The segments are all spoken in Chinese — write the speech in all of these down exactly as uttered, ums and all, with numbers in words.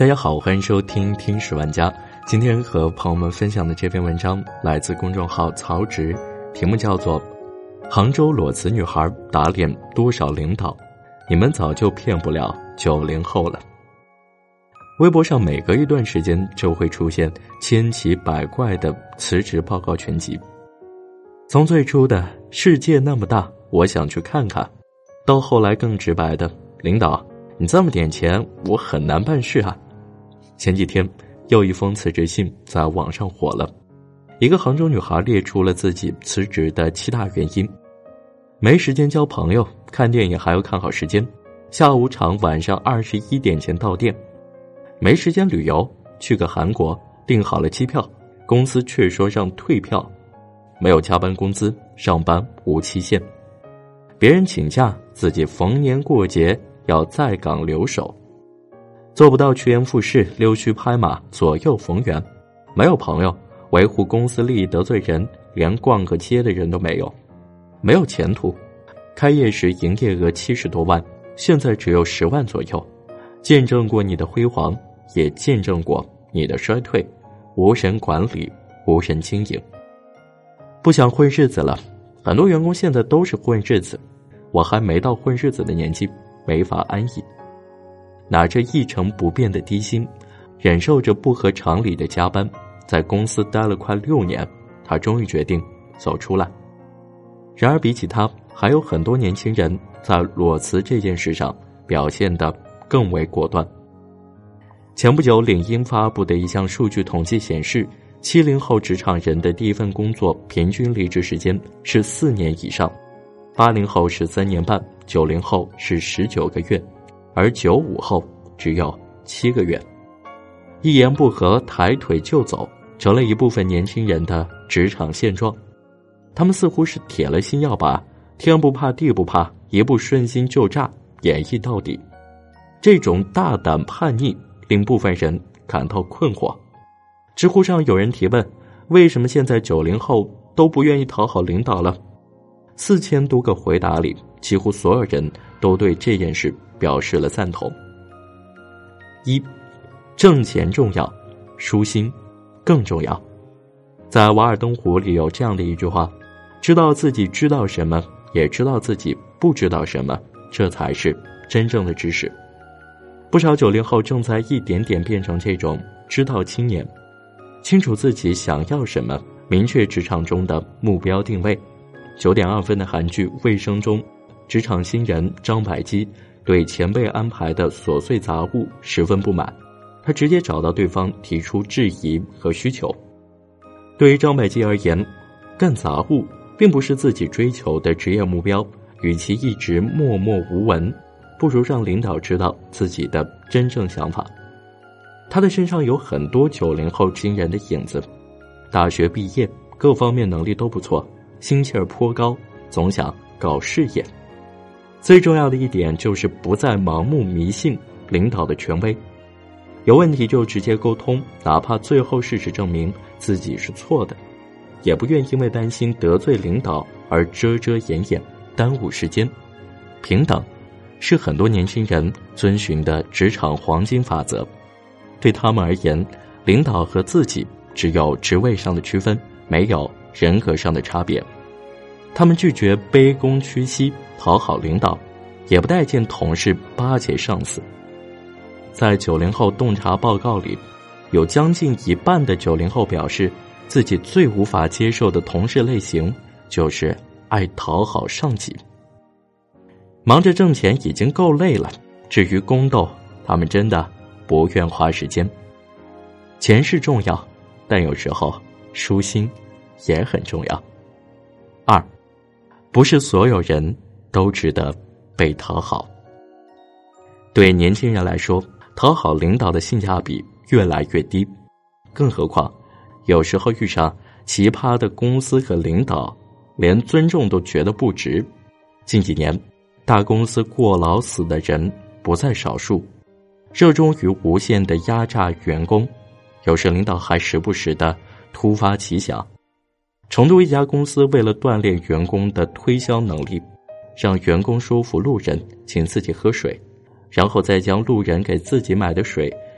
大家好，欢迎收听听十万家。今天和朋友们分享的这篇文章来自公众号曹植，题目叫做杭州裸辞女孩打脸多少领导，你们早就骗不了九零后了。微博上每隔一段时间就会出现千奇百怪的辞职报告全集，从最初的世界那么大我想去看看，到后来更直白的领导你这么点钱我很难办事啊。前几天又一封辞职信在网上火了，一个杭州女孩列出了自己辞职的七大原因：没时间交朋友，看电影还要看好时间，下午场晚上二十一点前到店，没时间旅游，去个韩国订好了机票，公司却说让退票，没有加班工资，上班无期限，别人请假自己逢年过节要在岗留守，做不到趋炎附势，溜须拍马，左右逢源，没有朋友，维护公司利益得罪人，连逛个街的人都没有，没有前途，开业时营业额七十多万，现在只有十万左右，见证过你的辉煌，也见证过你的衰退，无人管理，无人经营，不想混日子了。很多员工现在都是混日子，我还没到混日子的年纪，没法安逸。拿着一成不变的低薪，忍受着不合常理的加班，在公司待了快六年，他终于决定走出来。然而比起他，还有很多年轻人在裸辞这件事上表现得更为果断。前不久领英发布的一项数据统计显示，七零后职场人的第一份工作平均离职时间是四年以上，八零后是三年半，九零后是十九个月，而九五后只有七个月。一言不合抬腿就走，成了一部分年轻人的职场现状。他们似乎是铁了心要把天不怕地不怕，一不顺心就炸演绎到底。这种大胆叛逆令部分人感到困惑。知乎上有人提问，为什么现在九零后都不愿意讨好领导了？四千多个回答里，几乎所有人都对这件事表示了赞同。一，挣钱重要，舒心更重要。在《瓦尔登湖》里有这样的一句话，知道自己知道什么，也知道自己不知道什么，这才是真正的知识。不少九零后正在一点点变成这种知道青年，清楚自己想要什么，明确职场中的目标定位。九点二分的韩剧《卫生》中，职场新人张百基对前辈安排的琐碎杂物十分不满，他直接找到对方提出质疑和需求。对于张百基而言，干杂物并不是自己追求的职业目标，与其一直默默无闻，不如让领导知道自己的真正想法。他的身上有很多九零后新人的影子，大学毕业，各方面能力都不错，心气儿颇高，总想搞事业。最重要的一点就是不再盲目迷信领导的权威，有问题就直接沟通，哪怕最后事实证明自己是错的，也不愿因为担心得罪领导而遮遮掩掩，耽误时间。平等是很多年轻人遵循的职场黄金法则，对他们而言，领导和自己只有职位上的区分，没有人格上的差别。他们拒绝卑躬屈膝讨好领导，也不待见同事巴结上司。在九零后洞察报告里，有将近一半的九零后表示，自己最无法接受的同事类型就是爱讨好上级。忙着挣钱已经够累了，至于宫斗，他们真的不愿花时间。钱是重要，但有时候舒心也很重要。二，不是所有人都值得被讨好。对年轻人来说，讨好领导的性价比越来越低，更何况有时候遇上奇葩的公司和领导，连尊重都觉得不值。近几年，大公司过劳死的人不在少数，热衷于无限的压榨员工，有时领导还时不时的突发奇想。成都一家公司为了锻炼员工的推销能力，让员工说服路人请自己喝水，然后再将路人给自己买的水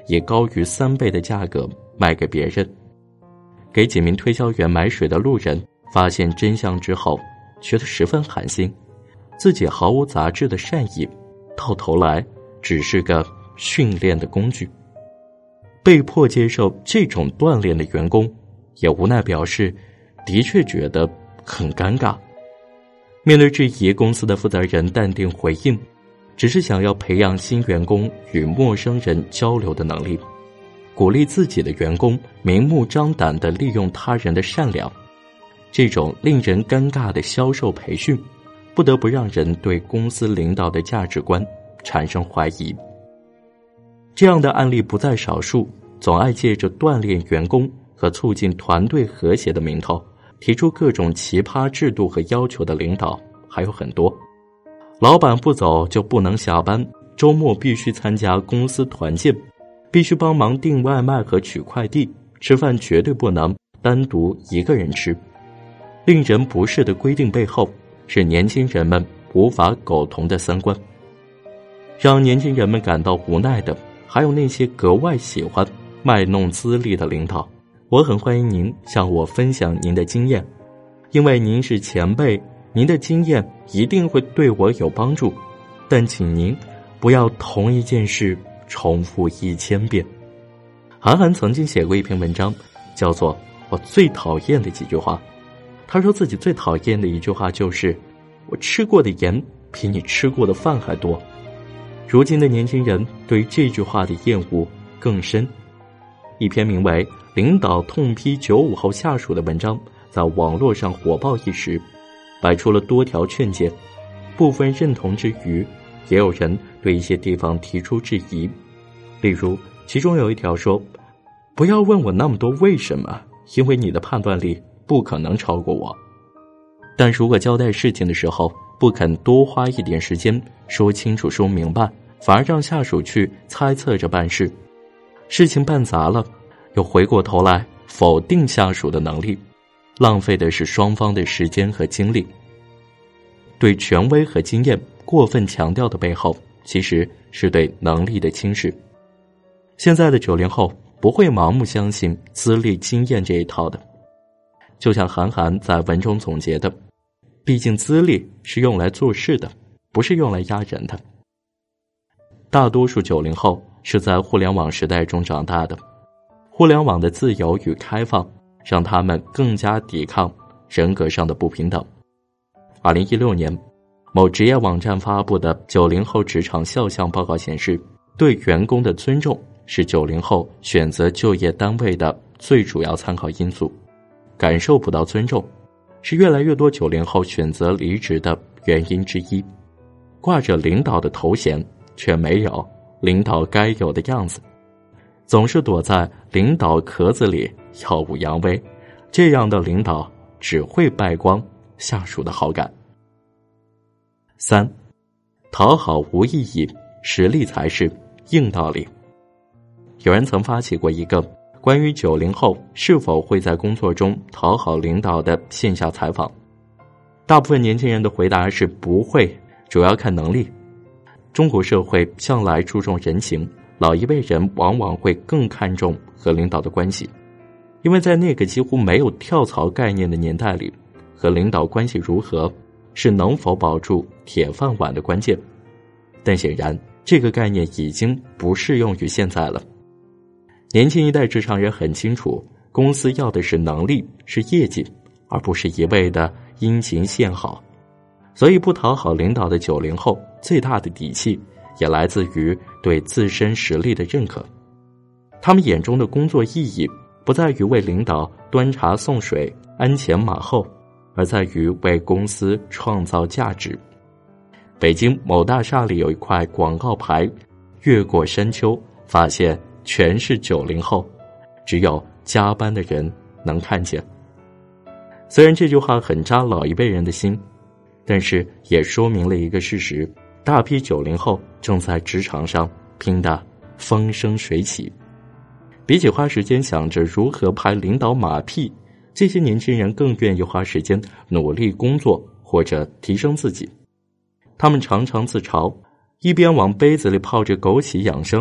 以高于三倍的价格卖给别人。给几名推销员买水的路人发现真相之后，觉得十分寒心，自己毫无杂质的善意，到头来只是个训练的工具。被迫接受这种锻炼的员工也无奈表示，的确觉得很尴尬。面对质疑，公司的负责人淡定回应，只是想要培养新员工与陌生人交流的能力，鼓励自己的员工明目张胆地利用他人的善良。这种令人尴尬的销售培训，不得不让人对公司领导的价值观产生怀疑。这样的案例不在少数，总爱借着锻炼员工和促进团队和谐的名头，提出各种奇葩制度和要求的领导还有很多。老板不走就不能下班，周末必须参加公司团建，必须帮忙订外卖和取快递，吃饭绝对不能单独一个人吃。令人不适的规定背后，是年轻人们无法苟同的三观。让年轻人们感到无奈的，还有那些格外喜欢卖弄资历的领导。我很欢迎您向我分享您的经验，因为您是前辈，您的经验一定会对我有帮助。但请您不要同一件事重复一千遍。韩寒曾经写过一篇文章，叫做《我最讨厌的几句话》。他说自己最讨厌的一句话就是我吃过的盐比你吃过的饭还多。如今的年轻人对这句话的厌恶更深。一篇名为《领导痛批九五后下属》的文章在网络上火爆一时，摆出了多条劝诫，部分认同之余，也有人对一些地方提出质疑。例如其中有一条说，不要问我那么多为什么，因为你的判断力不可能超过我。但如果交代事情的时候不肯多花一点时间说清楚说明白，反而让下属去猜测着办事，事情办砸了，又回过头来否定下属的能力，浪费的是双方的时间和精力。对权威和经验过分强调的背后，其实是对能力的轻视。现在的九零后不会盲目相信资历经验这一套的，就像韩寒在文中总结的，毕竟资历是用来做事的，不是用来压人的。大多数九零后是在互联网时代中长大的，互联网的自由与开放让他们更加抵抗人格上的不平等。二零一六年，某职业网站发布的九零后职场肖像报告显示，对员工的尊重是九零后选择就业单位的最主要参考因素。感受不到尊重，是越来越多九零后选择离职的原因之一。挂着领导的头衔，却没有领导该有的样子，总是躲在领导壳子里耀武扬威，这样的领导只会败光下属的好感。三，讨好无意义，实力才是硬道理。有人曾发起过一个关于九零后是否会在工作中讨好领导的线下采访，大部分年轻人的回答是不会，主要看能力。中国社会向来注重人情，老一辈人往往会更看重和领导的关系，因为在那个几乎没有跳槽概念的年代里，和领导关系如何是能否保住铁饭碗的关键。但显然这个概念已经不适用于现在了。年轻一代职场人很清楚，公司要的是能力，是业绩，而不是一味的殷勤献好。所以不讨好领导的九零后最大的底气也来自于对自身实力的认可。他们眼中的工作意义不在于为领导端茶送水鞍前马后，而在于为公司创造价值。北京某大厦里有一块广告牌，越过山丘发现全是九零后，只有加班的人能看见。虽然这句话很扎老一辈人的心，但是也说明了一个事实，大批九零后正在职场上拼得风生水起。比起花时间想着如何拍领导马屁，这些年轻人更愿意花时间努力工作或者提升自己。他们常常自嘲，一边往杯子里泡着枸杞养生，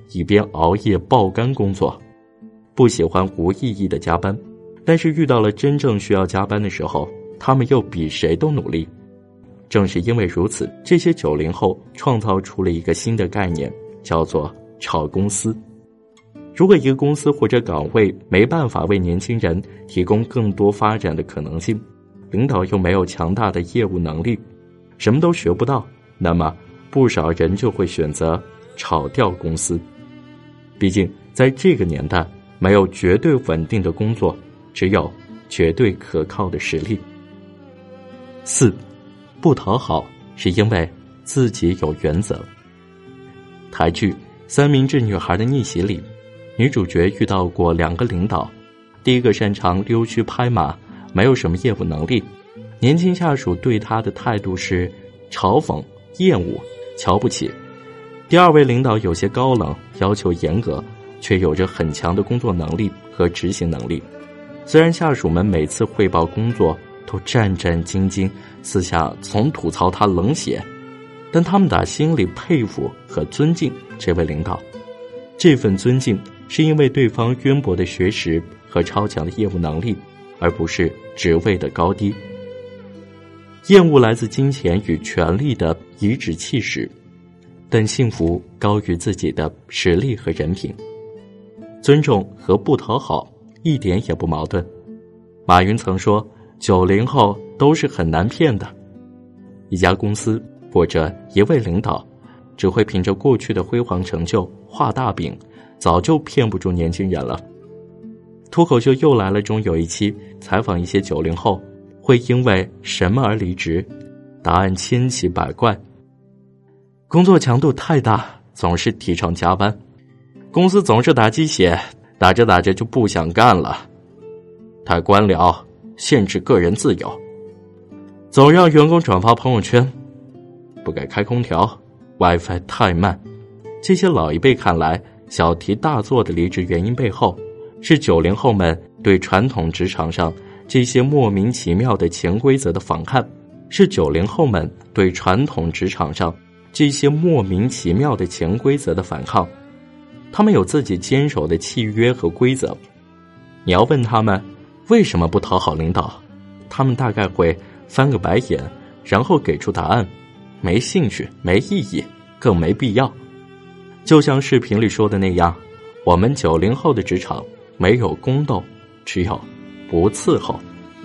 一边熬夜爆肝工作，不喜欢无意义的加班，但是遇到了真正需要加班的时候，他们又比谁都努力。正是因为如此，这些九零后创造出了一个新的概念，叫做炒公司。如果一个公司或者岗位没办法为年轻人提供更多发展的可能性，领导又没有强大的业务能力，什么都学不到，那么不少人就会选择炒掉公司。毕竟在这个年代，没有绝对稳定的工作，只有绝对可靠的实力。四，不讨好是因为自己有原则。台剧《三明治女孩的逆袭》里，女主角遇到过两个领导，第一个擅长溜须拍马，没有什么业务能力，年轻下属对她的态度是嘲讽、厌恶、瞧不起。第二位领导有些高冷，要求严格，却有着很强的工作能力和执行能力。虽然下属们每次汇报工作都战战兢兢，私下总吐槽他冷血，但他们打心里佩服和尊敬这位领导。这份尊敬是因为对方渊博的学识和超强的业务能力，而不是职位的高低。厌恶来自金钱与权力的颐指气使，但幸福高于自己的实力和人品。尊重和不讨好一点也不矛盾。马云曾说，九零后都是很难骗的。一家公司或者一位领导，只会凭着过去的辉煌成就画大饼，早就骗不住年轻人了。脱口秀又来了中有一期采访一些九零后会因为什么而离职，答案千奇百怪。工作强度太大，总是提倡加班，公司总是打鸡血，打着打着就不想干了，太官僚，限制个人自由，总让员工转发朋友圈，不该开空调， WiFi 太慢。这些老一辈看来小题大做的离职原因背后，是九零后们对传统职场上这些莫名其妙的潜规则的反抗，是九零后们对传统职场上这些莫名其妙的潜规则的反抗。他们有自己坚守的契约和规则。你要问他们为什么不讨好领导，他们大概会翻个白眼，然后给出答案：没兴趣，没意义，更没必要。就像视频里说的那样，我们九零后的职场没有宫斗，只有不伺候。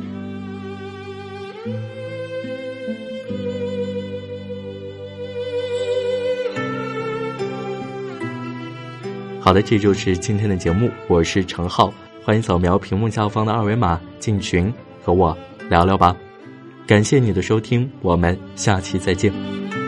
好的，这就是今天的节目，我是程浩，欢迎扫描屏幕下方的二维码进群和我聊聊吧。感谢你的收听，我们下期再见。